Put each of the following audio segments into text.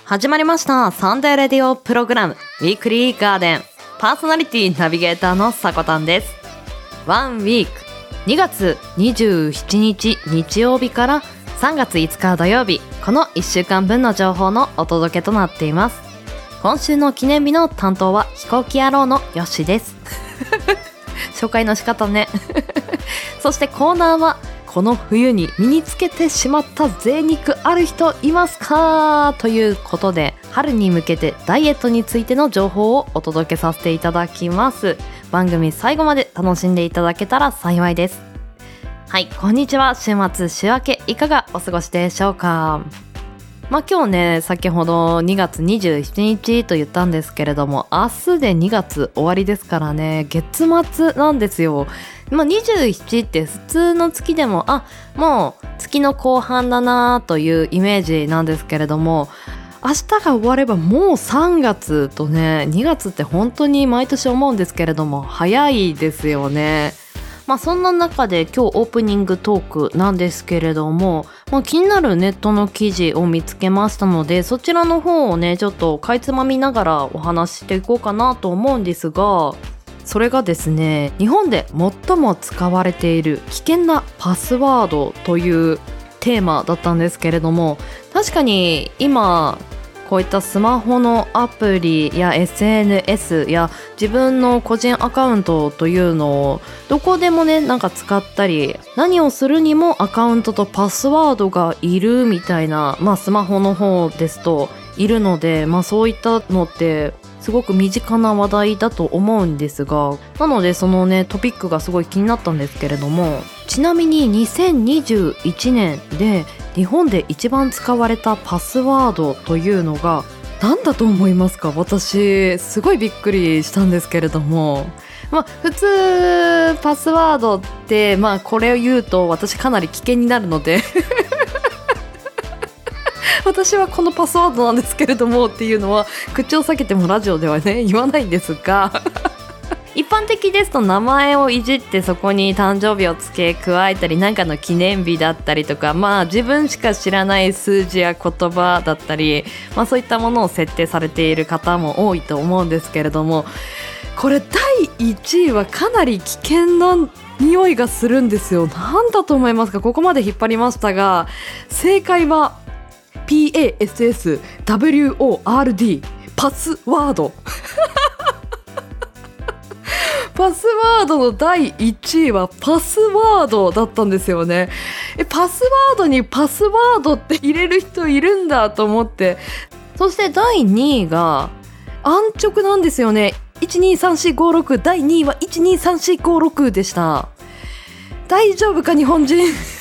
始まりましたサンデーレディオプログラムウィークリーガーデン、パーソナリティナビゲーターのさこたんです。ワンウィーク2月27日日曜日から3月5日土曜日、この1週間分の情報のお届けとなっています。今週の記念日の担当は飛行機野郎のよしです紹介の仕方ねそしてコーナーはこの冬に身につけてしまった贅肉ある人いますかということで、春に向けてダイエットについての情報をお届けさせていただきます。番組最後まで楽しんでいただけたら幸いです。はい、こんにちは。週末週明けいかがお過ごしでしょうか。今日ね、先ほど2月27日と言ったんですけれども、明日で2月終わりですからね、月末なんですよ。27って普通の月でももう月の後半だなというイメージなんですけれども、明日が終わればもう3月とね、2月って本当に毎年思うんですけれども早いですよね。そんな中で今日オープニングトークなんですけれども、気になるネットの記事を見つけましたので、そちらの方をねちょっとかいつまみながらお話ししていこうかなと思うんですが、それがですね、日本で最も使われている危険なパスワードというテーマだったんですけれども、確かに今こういったスマホのアプリや SNS や自分の個人アカウントというのをどこでもね使ったり、何をするにもアカウントとパスワードがいるみたいな、スマホの方ですといるので、そういったのってすごく身近な話題だと思うんですが、なのでそのねトピックがすごい気になったんですけれども、ちなみに2021年で日本で一番使われたパスワードというのが何だと思いますか？私すごいびっくりしたんですけれども、普通パスワードってこれを言うと私かなり危険になるので私はこのパスワードなんですけれどもっていうのは口を避けてもラジオではね言わないんですが一般的ですと名前をいじってそこに誕生日を付け加えたり、何かの記念日だったりとか、自分しか知らない数字や言葉だったり、そういったものを設定されている方も多いと思うんですけれども、これ第1位はかなり危険な匂いがするんですよ。なんだと思いますか？ここまで引っ張りましたが、正解は PASSWORD パスワードパスワードの第1位はパスワードだったんですよね。パスワードにパスワードって入れる人いるんだと思って、そして第2位が安直なんですよね。123456、第2位は123456でした。大丈夫か日本人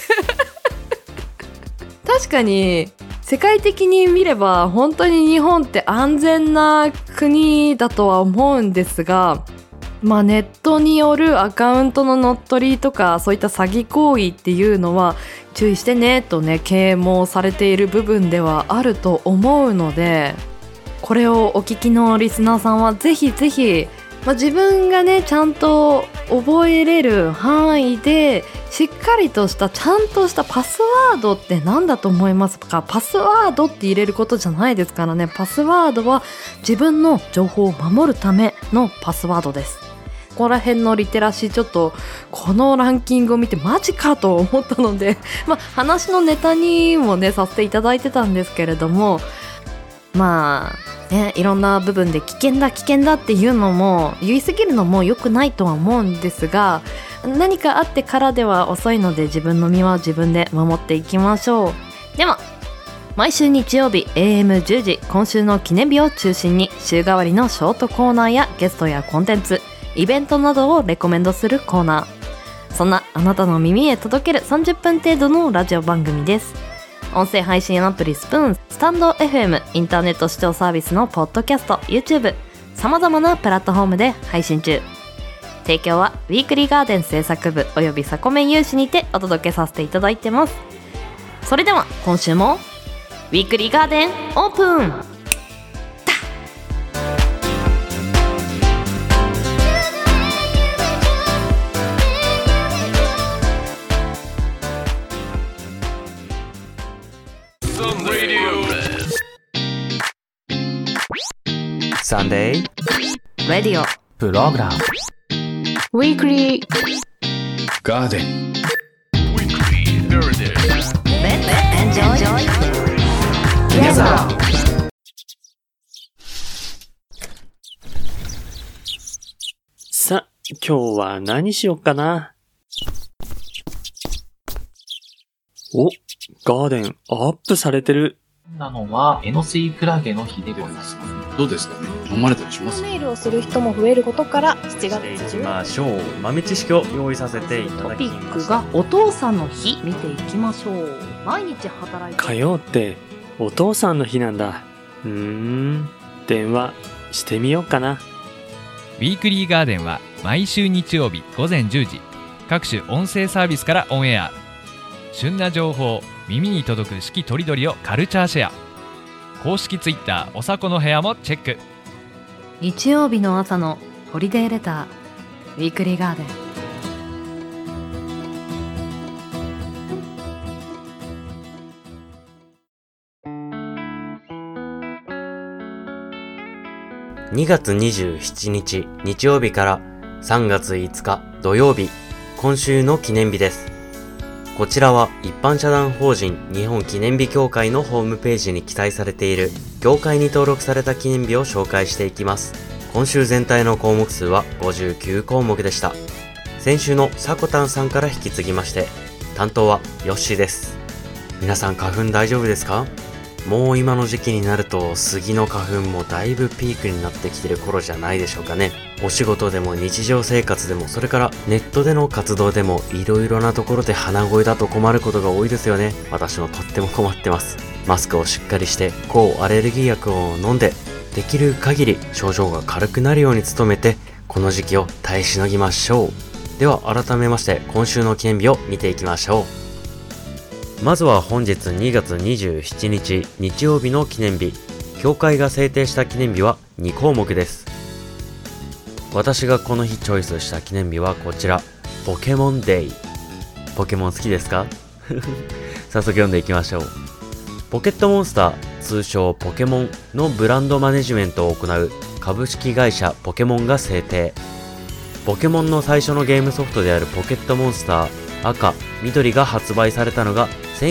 確かに世界的に見れば本当に日本って安全な国だとは思うんですが、ネットによるアカウントの乗っ取りとかそういった詐欺行為っていうのは注意してねとね啓蒙されている部分ではあると思うので、これをお聞きのリスナーさんはぜひぜひ、自分がねちゃんと覚えれる範囲でしっかりとしたちゃんとしたパスワードって何だと思いますか？パスワードって入れることじゃないですからね。パスワードは自分の情報を守るためのパスワードです。ここら辺のリテラシー、ちょっとこのランキングを見てマジかと思ったので話のネタにもねさせていただいてたんですけれども、いろんな部分で危険だっていうのも言い過ぎるのも良くないとは思うんですが、何かあってからでは遅いので自分の身は自分で守っていきましょう。では毎週日曜日 AM10 時、今週の記念日を中心に週替わりのショートコーナーやゲストやコンテンツ、イベントなどをレコメンドするコーナー、そんなあなたの耳へ届ける30分程度のラジオ番組です。音声配信アプリスプーン、スタンド FM、インターネット視聴サービスのポッドキャスト、 YouTube、 様々なプラットフォームで配信中。提供はウィークリーガーデン制作部およびサコメン有志にてお届けさせていただいてます。それでは今週もウィークリーガーデンオープン。 Monday Radio プログラム Weekly Garden Let's enjoy together. さ、今日は何しよっかな。お、ガーデンアップされてる。 なのはエノスイクラゲの日でございます。 どうですかね、飲まれたりします？ メールをする人も増えることから7月していきましょう。豆知識を用意させていたトだきピックました。 がお父さんの日見ていきましょう。毎日働いて火曜ってお父さんの日なんだ。電話してみようかな。 ウィークリーガーデンは毎週日曜日午前10時各種音声サービスからオンエア。旬な情報、耳に届く四季とりどりをカルチャーシェア。公式ツイッターおさこの部屋もチェック。 日曜日の朝のホリデーレターウィークリーガーデン。 2月27日日曜日から3月5日土曜日、今週の記念日です。こちらは一般社団法人日本記念日協会のホームページに記載されている協会に登録された記念日を紹介していきます。今週全体の項目数は59項目でした。先週のさこたんさんから引き継ぎまして、担当はよっしーです。皆さん花粉大丈夫ですか？もう今の時期になると杉の花粉もだいぶピークになってきてる頃じゃないでしょうかね。お仕事でも日常生活でも、それからネットでの活動でも、いろいろなところで鼻声だと困ることが多いですよね。私もとっても困ってます。マスクをしっかりして抗アレルギー薬を飲んで、できる限り症状が軽くなるように努めて、この時期を耐えしのぎましょう。では改めまして今週の記念日を見ていきましょう。まずは本日2月27日日曜日の記念日。協会が制定した記念日は2項目です。私がこの日チョイスした記念日はこちら、ポケモンデイ。ポケモン好きですか？早速読んでいきましょう。ポケットモンスター、通称ポケモンのブランドマネジメントを行う株式会社ポケモンが制定。ポケモンの最初のゲームソフトであるポケットモンスター赤、緑が発売されたのが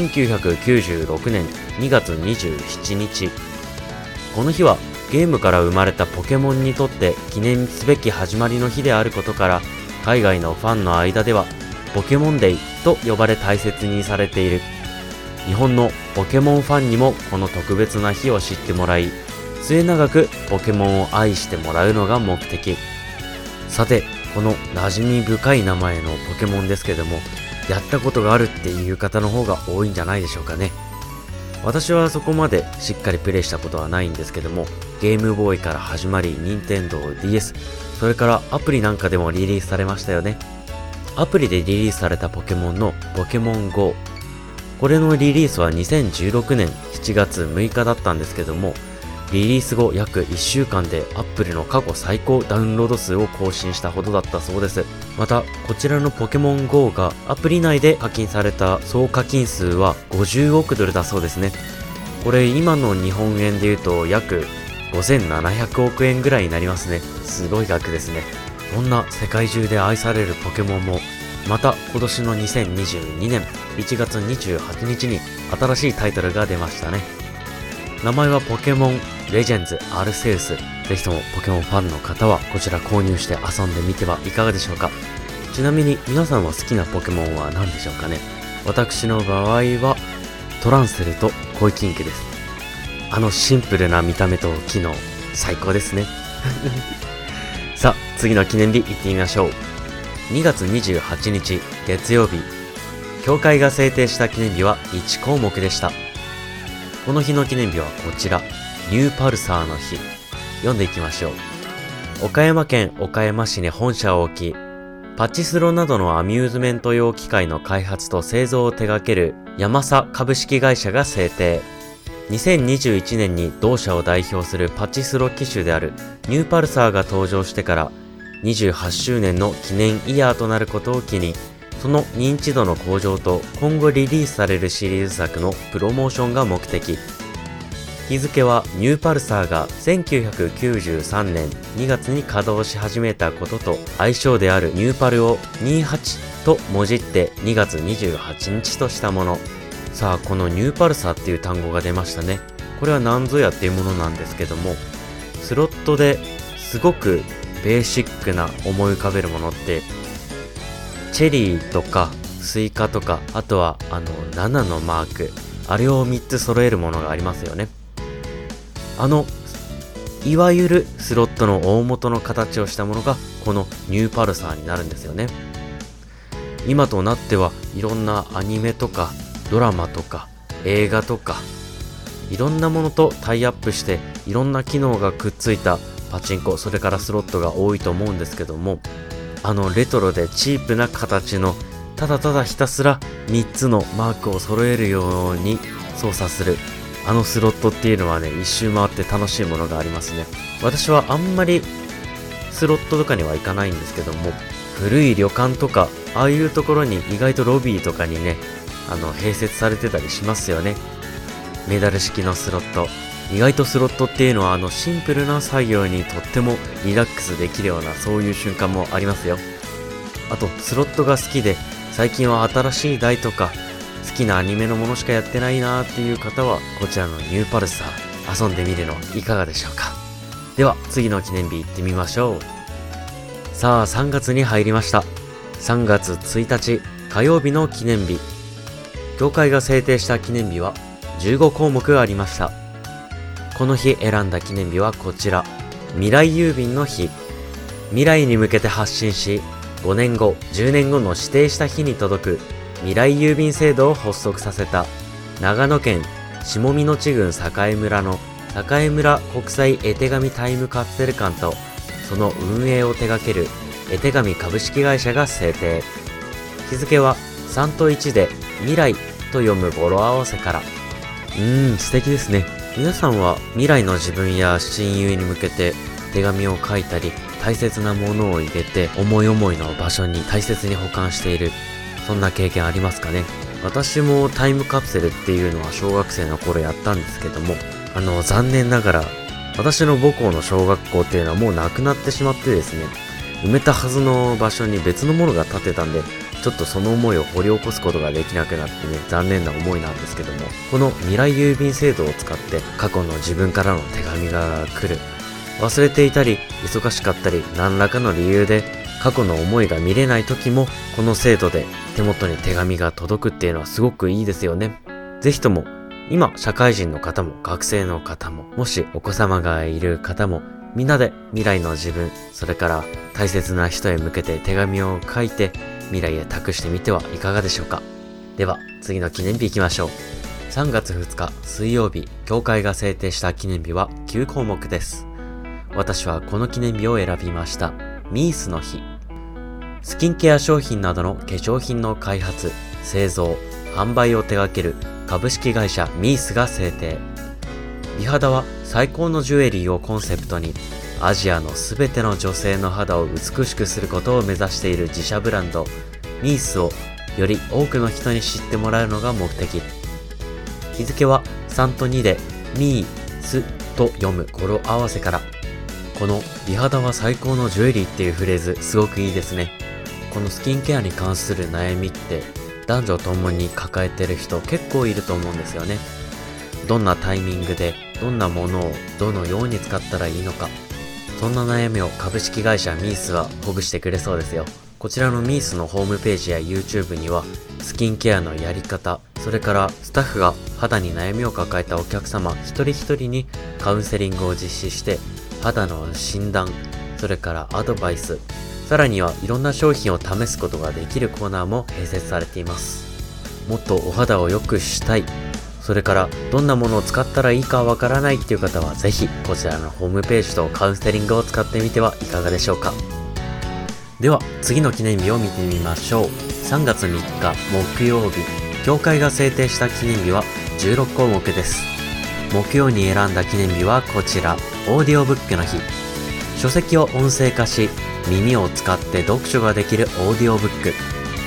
1996年2月27日。この日はゲームから生まれたポケモンにとって記念すべき始まりの日であることから、海外のファンの間ではポケモンデイと呼ばれ大切にされている。日本のポケモンファンにもこの特別な日を知ってもらい、末永くポケモンを愛してもらうのが目的。さて、この馴染み深い名前のポケモンですけども、やったことがあるっていう方の方が多いんじゃないでしょうかね。私はそこまでしっかりプレイしたことはないんですけども、ゲームボーイから始まり、任天堂 DS、それからアプリなんかでもリリースされましたよね。アプリでリリースされたポケモンのポケモン GO。これのリリースは2016年7月6日だったんですけども、リリース後約1週間でアップルの過去最高ダウンロード数を更新したほどだったそうです。また、こちらのポケモン GO がアプリ内で課金された総課金数は50億ドルだそうですね。これ今の日本円で言うと約5700億円ぐらいになりますね。すごい額ですね。こんな世界中で愛されるポケモンも、また今年の2022年1月28日に新しいタイトルが出ましたね。名前はポケモンレジェンズアルセウス。ぜひともポケモンファンの方はこちら購入して遊んでみてはいかがでしょうか。ちなみに皆さんは好きなポケモンは何でしょうかね。私の場合はトランセルとコイキングです。シンプルな見た目と機能、最高ですね。さあ、次の記念日行ってみましょう。2月28日月曜日。協会が制定した記念日は1項目でした。この日の記念日はこちら、ニューパルサーの日。読んでいきましょう。岡山県岡山市に本社を置き、パチスロなどのアミューズメント用機械の開発と製造を手掛けるヤマサ株式会社が制定。2021年に同社を代表するパチスロ機種であるニューパルサーが登場してから28周年の記念イヤーとなることを機に、その認知度の向上と今後リリースされるシリーズ作のプロモーションが目的。 日付はニューパルサーが1993年2月に稼働し始めたことと愛称であるニューパルを28ともじって2月28日としたもの。さあ、このニューパルサーっていう単語が出ましたね。これは何ぞやっていうものなんですけども、スロットですごくベーシックな思い浮かべるものって、チェリーとかスイカとか、あとは7のマーク、あれを3つ揃えるものがありますよね。いわゆるスロットの大元の形をしたものがこのニューパルサーになるんですよね。今となってはいろんなアニメとかドラマとか映画とかいろんなものとタイアップしていろんな機能がくっついたパチンコ、それからスロットが多いと思うんですけども、レトロでチープな形のただただひたすら3つのマークを揃えるように操作するスロットっていうのはね、一周回って楽しいものがありますね。私はあんまりスロットとかには行かないんですけども、古い旅館とかああいうところに意外とロビーとかにね併設されてたりしますよね。メダル式のスロット、意外とスロットっていうのはシンプルな作業にとってもリラックスできるような、そういう瞬間もありますよ。あとスロットが好きで最近は新しい台とか好きなアニメのものしかやってないなーっていう方は、こちらのニューパルサー遊んでみるのいかがでしょうか。では次の記念日行ってみましょう。さあ、3月に入りました。3月1日火曜日の記念日。協会が制定した記念日は15項目ありました。この日選んだ記念日はこちら、未来郵便の日。未来に向けて発信し、5年後、10年後の指定した日に届く未来郵便制度を発足させた長野県下美濃地郡栄村の栄村国際絵手紙タイムカプセル館と、その運営を手掛ける絵手紙株式会社が制定。日付は3と1で未来と読む語呂合わせから。素敵ですね。皆さんは未来の自分や親友に向けて手紙を書いたり、大切なものを入れて思い思いの場所に大切に保管している、そんな経験ありますかね。私もタイムカプセルっていうのは小学生の頃やったんですけども、残念ながら私の母校の小学校っていうのはもうなくなってしまってですね、埋めたはずの場所に別のものが建てたんで、ちょっとその思いを掘り起こすことができなくなってね、残念な思いなんですけども、この未来郵便制度を使って過去の自分からの手紙が来る。忘れていたり忙しかったり何らかの理由で過去の思いが見れない時も、この制度で手元に手紙が届くっていうのはすごくいいですよね。ぜひとも今社会人の方も学生の方も、もしお子様がいる方も、みんなで未来の自分、それから大切な人へ向けて手紙を書いて未来へ託してみてはいかがでしょうか。では次の記念日いきましょう。3月2日水曜日、協会が制定した記念日は9項目です。私はこの記念日を選びました。ミースの日。スキンケア商品などの化粧品の開発、製造、販売を手掛ける株式会社ミースが制定。美肌は最高のジュエリーをコンセプトに、アジアのすべての女性の肌を美しくすることを目指している自社ブランドミースをより多くの人に知ってもらうのが目的。日付は3と2でミースと読む語呂合わせから。この美肌は最高のジュエリーっていうフレーズ、すごくいいですね。このスキンケアに関する悩みって男女ともに抱えてる人結構いると思うんですよね。どんなタイミングでどんなものをどのように使ったらいいのか、そんな悩みを株式会社ミースはほぐしてくれそうですよ。こちらのミースのホームページや YouTube にはスキンケアのやり方、それからスタッフが肌に悩みを抱えたお客様一人一人にカウンセリングを実施して肌の診断、それからアドバイス、さらにはいろんな商品を試すことができるコーナーも併設されています。もっとお肌を良くしたい、それからどんなものを使ったらいいかわからないっていう方はぜひこちらのホームページとカウンセリングを使ってみてはいかがでしょうか。では次の記念日を見てみましょう。3月3日木曜日、協会が制定した記念日は16項目です。木曜に選んだ記念日はこちら、オーディオブックの日。書籍を音声化し耳を使って読書ができるオーディオブック。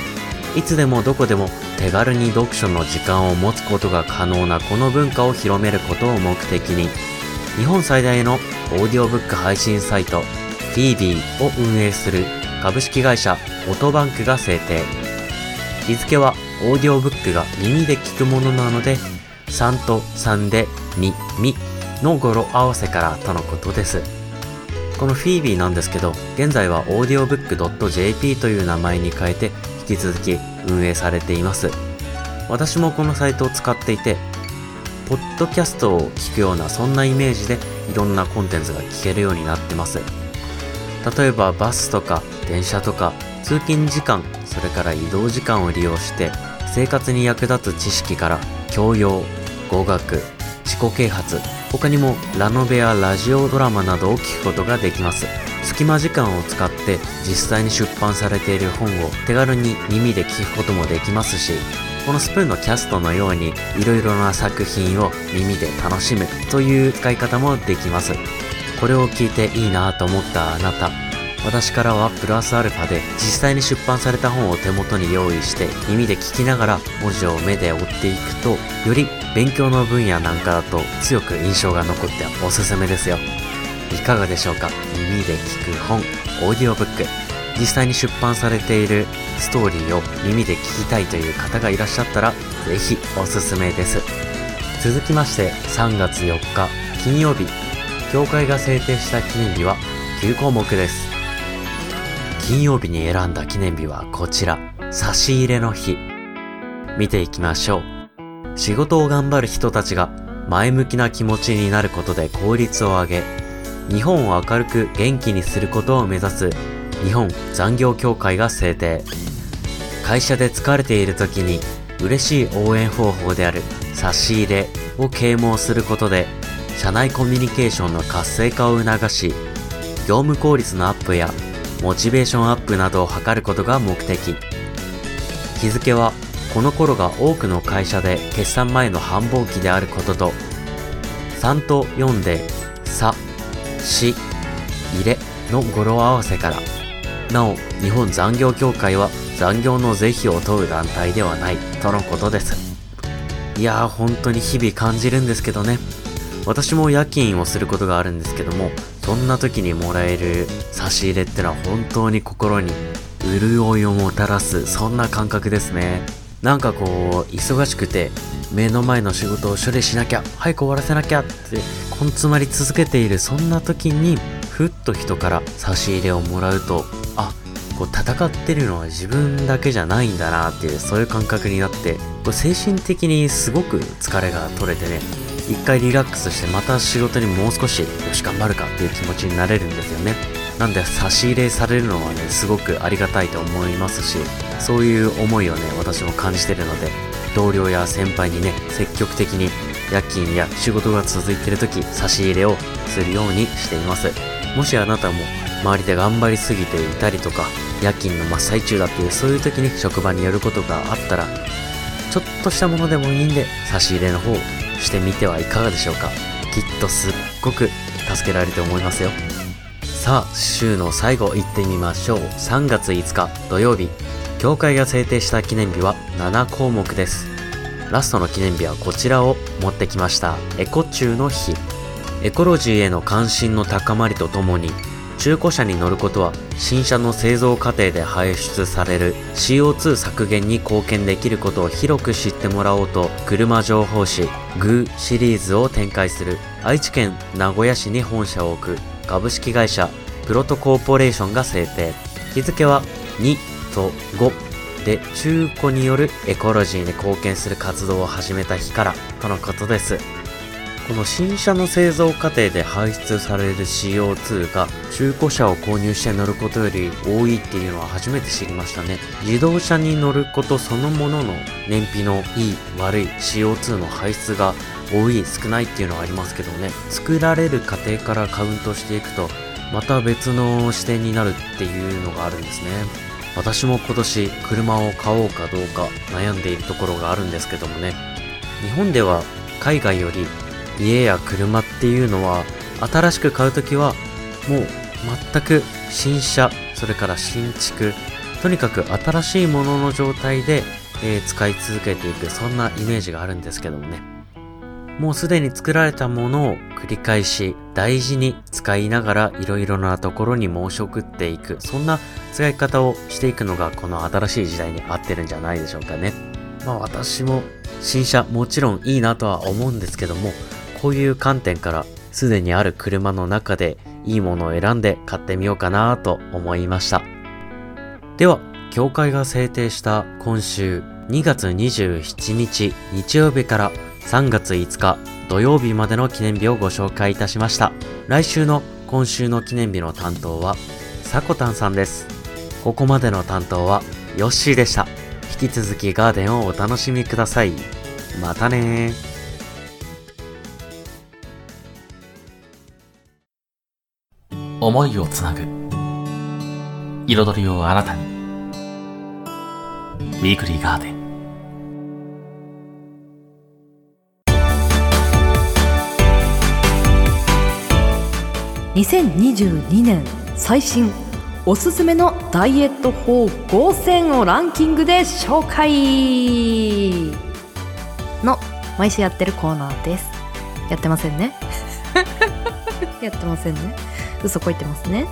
いつでもどこでも手軽に読書の時間を持つことが可能なこの文化を広めることを目的に、日本最大のオーディオブック配信サイトフィービーを運営する株式会社オトバンクが制定。日付はオーディオブックが耳で聞くものなので、3と3でみの語呂合わせからとのことです。このフィービーなんですけど、現在は audiobook.jp という名前に変えて引き続き運営されています。私もこのサイトを使っていて、ポッドキャストを聞くようなそんなイメージでいろんなコンテンツが聞けるようになってます。例えばバスとか電車とか通勤時間、それから移動時間を利用して生活に役立つ知識から教養、語学、自己啓発、他にもラノベやラジオドラマなどを聞くことができます。隙間時間を使って実際に出版されている本を手軽に耳で聞くこともできますし、このスプーンのキャストのようにいろいろな作品を耳で楽しむという使い方もできます。これを聞いていいなと思ったあなた、私からはプラスアルファで実際に出版された本を手元に用意して耳で聞きながら文字を目で追っていくと、より勉強の分野なんかだと強く印象が残っておすすめですよ。いかがでしょうか。耳で聞く本、オーディオブック、実際に出版されているストーリーを耳で聞きたいという方がいらっしゃったらぜひおすすめです。続きまして3月4日金曜日、協会が制定した記念日は9項目です。金曜日に選んだ記念日はこちら、差し入れの日。見ていきましょう。仕事を頑張る人たちが前向きな気持ちになることで効率を上げ、日本を明るく元気にすることを目指す日本残業協会が制定。会社で疲れている時に嬉しい応援方法である差し入れを啓蒙することで、社内コミュニケーションの活性化を促し、業務効率のアップやモチベーションアップなどを図ることが目的。日付はこの頃が多くの会社で決算前の繁忙期であることと、3と4でさ、し、入れの語呂合わせから。なお、日本残業協会は残業の是非を問う団体ではないとのことです。いやー、本当に日々感じるんですけどね。私も夜勤をすることがあるんですけども、そんな時にもらえる差し入れってのは本当に心に潤いをもたらす、そんな感覚ですね。なんかこう忙しくて目の前の仕事を処理しなきゃ、早く終わらせなきゃって根詰まり続けているそんな時に、ふっと人から差し入れをもらうと、あ、こう戦ってるのは自分だけじゃないんだなっていう、そういう感覚になって、こう精神的にすごく疲れが取れてね、一回リラックスしてまた仕事にもう少しよし頑張るかっていう気持ちになれるんですよね。なんで差し入れされるのはね、すごくありがたいと思いますし、そういう思いをね、私も感じてるので、同僚や先輩にね、積極的に夜勤や仕事が続いている時、差し入れをするようにしています。もしあなたも周りで頑張りすぎていたりとか、夜勤の真っ最中だっていう、そういう時に職場にやることがあったら、ちょっとしたものでもいいんで差し入れの方をしてみてはいかがでしょうか。きっとすっごく助けられると思いますよ。さあ、週の最後行ってみましょう。3月5日土曜日、協会が制定した記念日は7項目です。ラストの記念日はこちらを持ってきました。エコ中の日。エコロジーへの関心の高まりとともに、中古車に乗ることは新車の製造過程で排出される CO2 削減に貢献できることを広く知ってもらおうと、車情報誌グーシリーズを展開する愛知県名古屋市に本社を置く株式会社プロトコーポレーションが制定。日付は2と5で、中古によるエコロジーに貢献する活動を始めた日からとのことです。この新車の製造過程で排出される CO2 が中古車を購入して乗ることより多いっていうのは初めて知りましたね。自動車に乗ることそのものの燃費のいい悪い CO2 の排出が多い少ないっていうのはありますけどね、作られる過程からカウントしていくとまた別の視点になるっていうのがあるんですね。私も今年車を買おうかどうか悩んでいるところがあるんですけどもね、日本では海外より家や車っていうのは新しく買うときはもう全く新車、それから新築、 とにかく新しいものの状態で、使い続けていく、そんなイメージがあるんですけどもね。もうすでに作られたものを繰り返し大事に使いながらいろいろなところに申し送っていく、そんな使い方をしていくのがこの新しい時代に合ってるんじゃないでしょうかね。私も新車もちろんいいなとは思うんですけども、こういう観点からすでにある車の中でいいものを選んで買ってみようかなと思いました。では、協会が制定した今週2月27日日曜日から3月5日土曜日までの記念日をご紹介いたしました。来週の今週の記念日の担当はさこたんさんです。ここまでの担当はヨッシーでした。引き続きガーデンをお楽しみください。またねー。思いをつなぐ。彩りをあなたに。ウィークリーガーデン。 2022年最新おすすめのダイエット法5選をランキングで紹介の毎週やってるコーナーです。やってませんねやってませんね、嘘こいてますね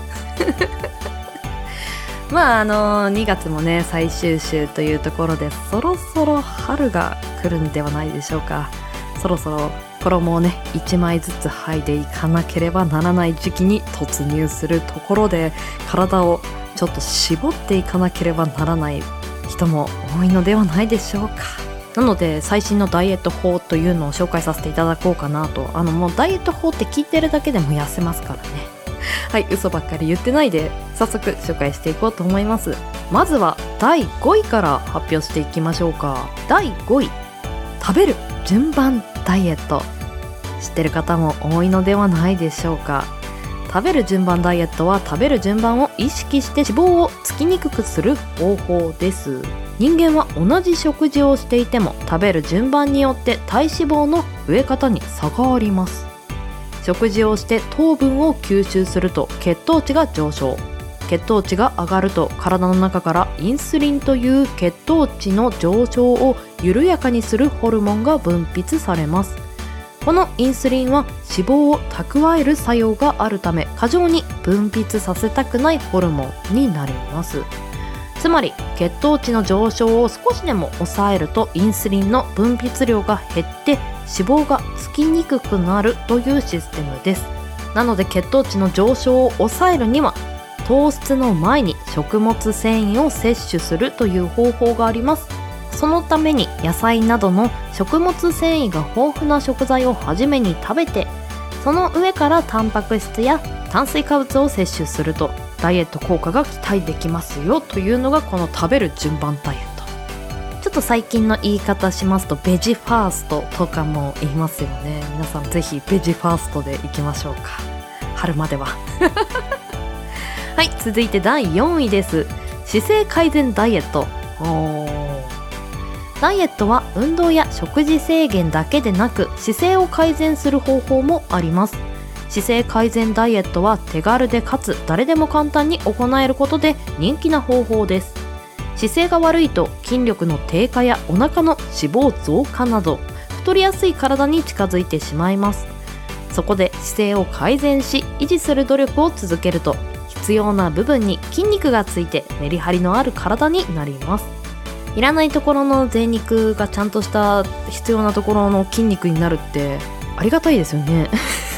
2月もね最終週というところで、そろそろ春が来るんではないでしょうか。そろそろ衣をね1枚ずつ剥いでいかなければならない時期に突入するところで、体をちょっと絞っていかなければならない人も多いのではないでしょうか。なので最新のダイエット法というのを紹介させていただこうかなと。もうダイエット法って聞いてるだけでも痩せますからね。はい、嘘ばっかり言ってないで早速紹介していこうと思います。まずは第5位から発表していきましょうか。第5位、食べる順番ダイエット。知ってる方も多いのではないでしょうか。食べる順番ダイエットは食べる順番を意識して脂肪をつきにくくする方法です。人間は同じ食事をしていても食べる順番によって体脂肪の増え方に差があります。食事をして糖分を吸収すると血糖値が上昇。血糖値が上がると体の中からインスリンという血糖値の上昇を緩やかにするホルモンが分泌されます。このインスリンは脂肪を蓄える作用があるため過剰に分泌させたくないホルモンになります。つまり血糖値の上昇を少しでも抑えるとインスリンの分泌量が減って脂肪がつきにくくなるというシステムです。なので血糖値の上昇を抑えるには糖質の前に食物繊維を摂取するという方法があります。そのために野菜などの食物繊維が豊富な食材を初めに食べて、その上からタンパク質や炭水化物を摂取するとダイエット効果が期待できますよというのがこの食べる順番ダイエット。ちょっと最近の言い方しますとベジファーストとかも言いますよね。皆さんぜひベジファーストでいきましょうか、春までははい、続いて第4位です。姿勢改善ダイエット。ダイエットは運動や食事制限だけでなく姿勢を改善する方法もあります。姿勢改善ダイエットは手軽でかつ誰でも簡単に行えることで人気な方法です。姿勢が悪いと筋力の低下やお腹の脂肪増加など太りやすい体に近づいてしまいます。そこで姿勢を改善し維持する努力を続けると必要な部分に筋肉がついてメリハリのある体になります。いらないところの贅肉がちゃんとした必要なところの筋肉になるってありがたいですよね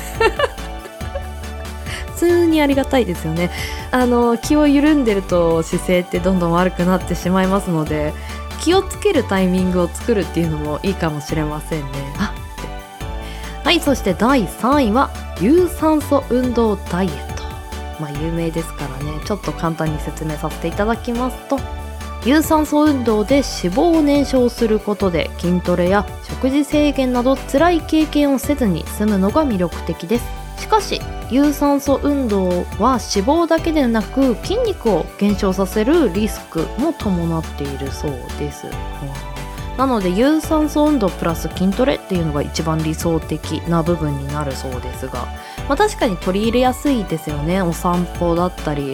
普通にありがたいですよね。気を緩んでると姿勢ってどんどん悪くなってしまいますので、気をつけるタイミングを作るっていうのもいいかもしれませんね。はい、そして第3位は有酸素運動ダイエット。有名ですからね、ちょっと簡単に説明させていただきますと、有酸素運動で脂肪を燃焼することで筋トレや食事制限など辛い経験をせずに済むのが魅力的です。しかし有酸素運動は脂肪だけでなく筋肉を減少させるリスクも伴っているそうです。なので有酸素運動プラス筋トレっていうのが一番理想的な部分になるそうですが、確かに取り入れやすいですよね。お散歩だったりち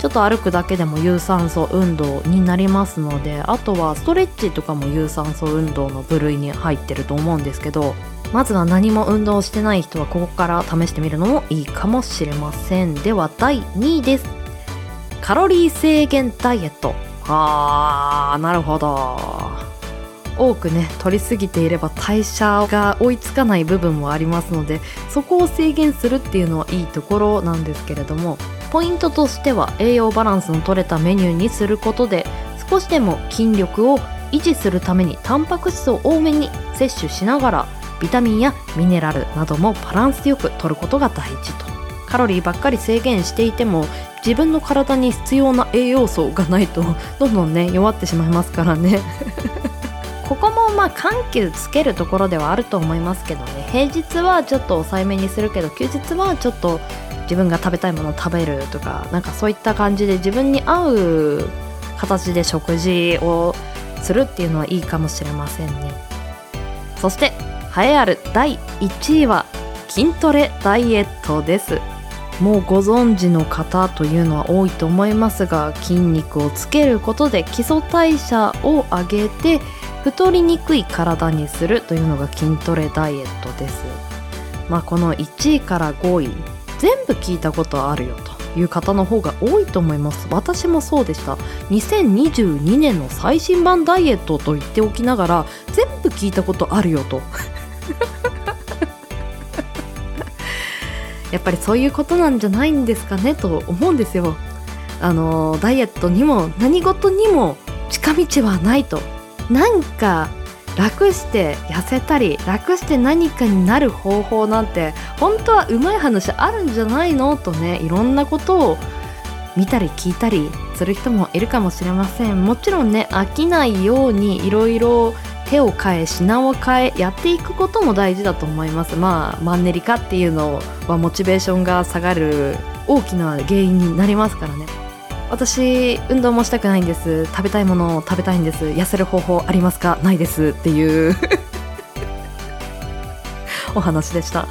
ちょっと歩くだけでも有酸素運動になりますので、あとはストレッチとかも有酸素運動の部類に入ってると思うんですけど、まずは何も運動してない人はここから試してみるのもいいかもしれません。では第2位です。カロリー制限ダイエット。なるほど。多くね取りすぎていれば代謝が追いつかない部分もありますので、そこを制限するっていうのはいいところなんですけれども、ポイントとしては栄養バランスの取れたメニューにすることで、少しでも筋力を維持するためにタンパク質を多めに摂取しながら、ビタミンやミネラルなどもバランスよく取ることが大事と。カロリーばっかり制限していても自分の体に必要な栄養素がないとどんどんね弱ってしまいますからねここも緩急つけるところではあると思いますけどね。平日はちょっと抑えめにするけど、休日はちょっと自分が食べたいものを食べるとか、なんかそういった感じで自分に合う形で食事をするっていうのはいいかもしれませんね。そして栄えある第1位は筋トレダイエットです。もうご存知の方というのは多いと思いますが、筋肉をつけることで基礎代謝を上げて太りにくい体にするというのが筋トレダイエットです。この1位から5位全部聞いたことあるよという方の方が多いと思います。私もそうでした。2022年の最新版ダイエットと言っておきながら全部聞いたことあるよとやっぱりそういうことなんじゃないんですかねと思うんですよ。ダイエットにも何事にも近道はないと。なんか楽して痩せたり楽して何かになる方法なんて本当はうまい話あるんじゃないのとね、いろんなことを見たり聞いたりする人もいるかもしれません。もちろんね、飽きないようにいろいろ手を変え品を変えやっていくことも大事だと思います。マンネリ化っていうのはモチベーションが下がる大きな原因になりますからね。私運動もしたくないんです、食べたいものを食べたいんです、痩せる方法ありますか？ないですっていうお話でした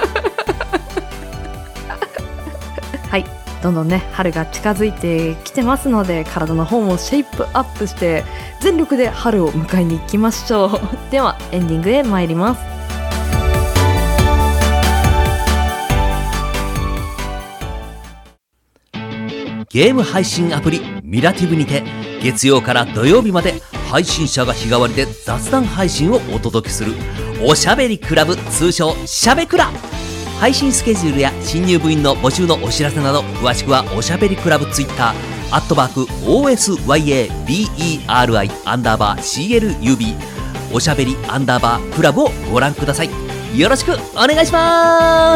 はい、どんどんね春が近づいてきてますので、体の方もシェイプアップして全力で春を迎えに行きましょうではエンディングへ参ります。 ゲーム配信アプリミラティブにて月曜から土曜日まで配信者が日替わりで雑談配信をお届けするおしゃべりクラブ、通称しゃべクラ。配信スケジュールや新入部員の募集のお知らせなど詳しくはおしゃべりクラブツイッター@OSYABERI_CLUB おしゃべりクラブをご覧ください。よろしくお願いします。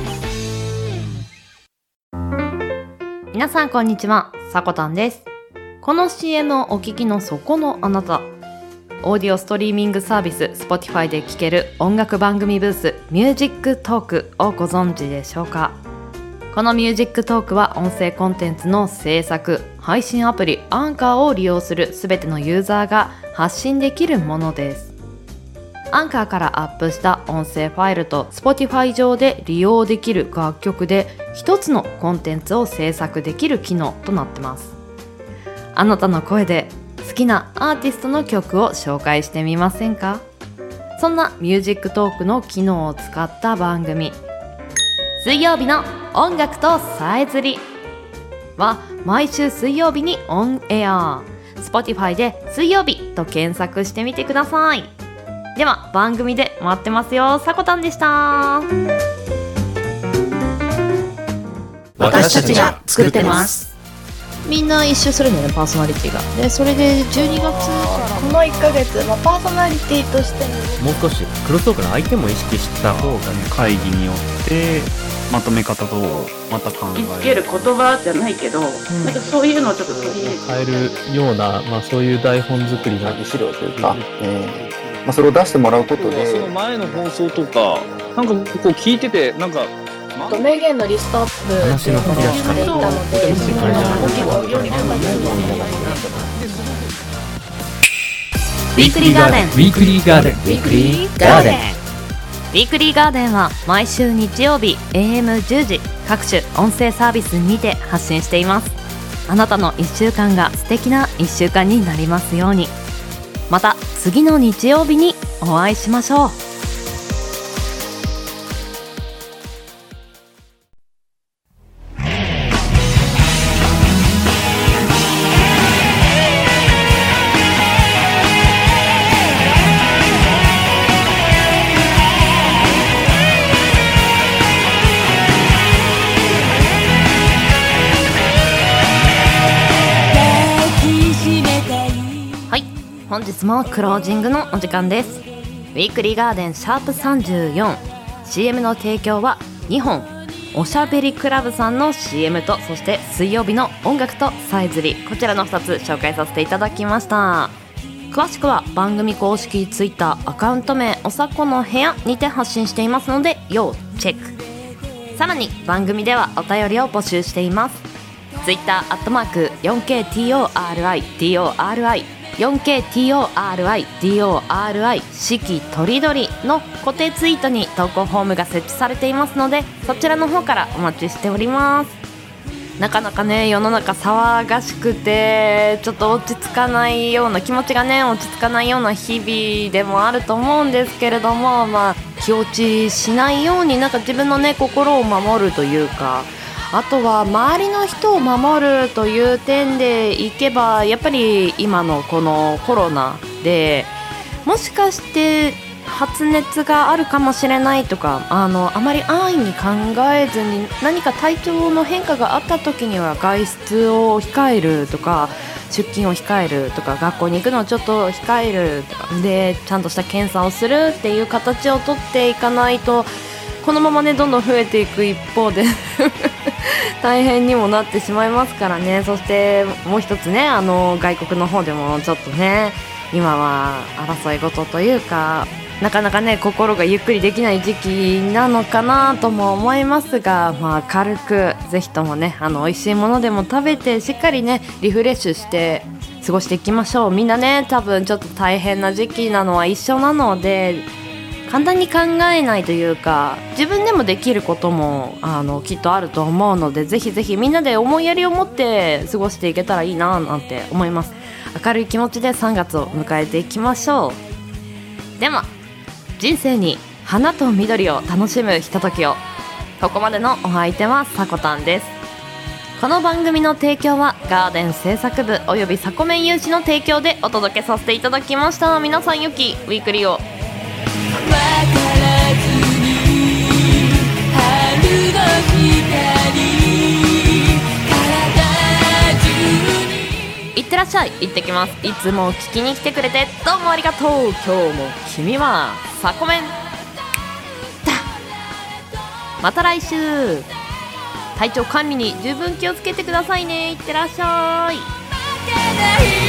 皆さんこんにちは、さこたんです。この CM をお聞きのそこのあなた、オーディオストリーミングサービス Spotify で聴ける音楽番組ブースミュージックトークをご存知でしょうか。このミュージックトークは音声コンテンツの制作、配信アプリアンカーを利用するすべてのユーザーが発信できるものです。アンカーからアップした音声ファイルと Spotify 上で利用できる楽曲で一つのコンテンツを制作できる機能となってます。あなたの声で好きなアーティストの曲を紹介してみませんか？そんなミュージックトークの機能を使った番組、水曜日の音楽とさえずりは毎週水曜日にオンエア。 Spotify で水曜日と検索してみてください。では番組で待ってますよ。さこたんでした。 私たちが作ってます。 みんな一周するんだよね、パーソナリティが。でそれで12月からこの1ヶ月、パーソナリティとしてもう少しクロストークの相手も意識した方がね、 会議によってまとめ方とまた考えつける言葉じゃないけど、なんかそういうのをちょっと取り入れて変えるような、そういう台本作りの資料というか、それを出してもらうことで、 その前の放送とかなんかこう聞いてて、なんか名言のリストアップ話の振り出ししていたので、 ウィークリーガーデン、 ウィークリーガーデン、 ウィークリーガーデン、ウィークリーガーデンは毎週日曜日 AM10 時各種音声サービスにて発信しています。 あなたの1週間が素敵な1週間になりますように。また次の日曜日にお会いしましょう。本日もクロージングのお時間です。ウィークリーガーデンシャープ 34CM の提供は2本おしゃべりクラブさんの CM と、そして水曜日の音楽とさえずり、こちらの2つ紹介させていただきました。詳しくは番組公式ツイッターアカウント名おさこの部屋にて発信していますので要チェック。さらに番組ではお便りを募集しています。ツイッター @4KTORI4KTORIDORI 四季とりどりの固定ツイートに投稿フォームが設置されていますので、そちらの方からお待ちしております。なかなかね、世の中騒がしくてちょっと落ち着かないような気持ちがね、落ち着かないような日々でもあると思うんですけれども、気落ちしないようになんか自分のね心を守るというか、あとは周りの人を守るという点でいけば、やっぱり今のこのコロナでもしかして発熱があるかもしれないとか、あまり安易に考えずに何か体調の変化があった時には外出を控えるとか、出勤を控えるとか、学校に行くのをちょっと控えるとかで、ちゃんとした検査をするっていう形をとっていかないと、このままねどんどん増えていく一方で大変にもなってしまいますからね。そしてもう一つね、外国の方でもちょっとね今は争い事というか、なかなかね心がゆっくりできない時期なのかなとも思いますが、軽くぜひともね美味しいものでも食べてしっかりねリフレッシュして過ごしていきましょう。みんなね多分ちょっと大変な時期なのは一緒なので、簡単に考えないというか、自分でもできることもきっとあると思うので、ぜひぜひみんなで思いやりを持って過ごしていけたらいいななんて思います。明るい気持ちで3月を迎えていきましょう。でも人生に花と緑を楽しむひとときを。ここまでのお相手はさこたんです。この番組の提供はガーデン制作部およびさこめん有志の提供でお届けさせていただきました。皆さん良きウィークリーを。いってらっしゃい。行ってきます。いつも聞きに来てくれてどうもありがとう。今日も君はさこめんだ。また来週。体調管理に十分気をつけてくださいね。いってらっしゃい。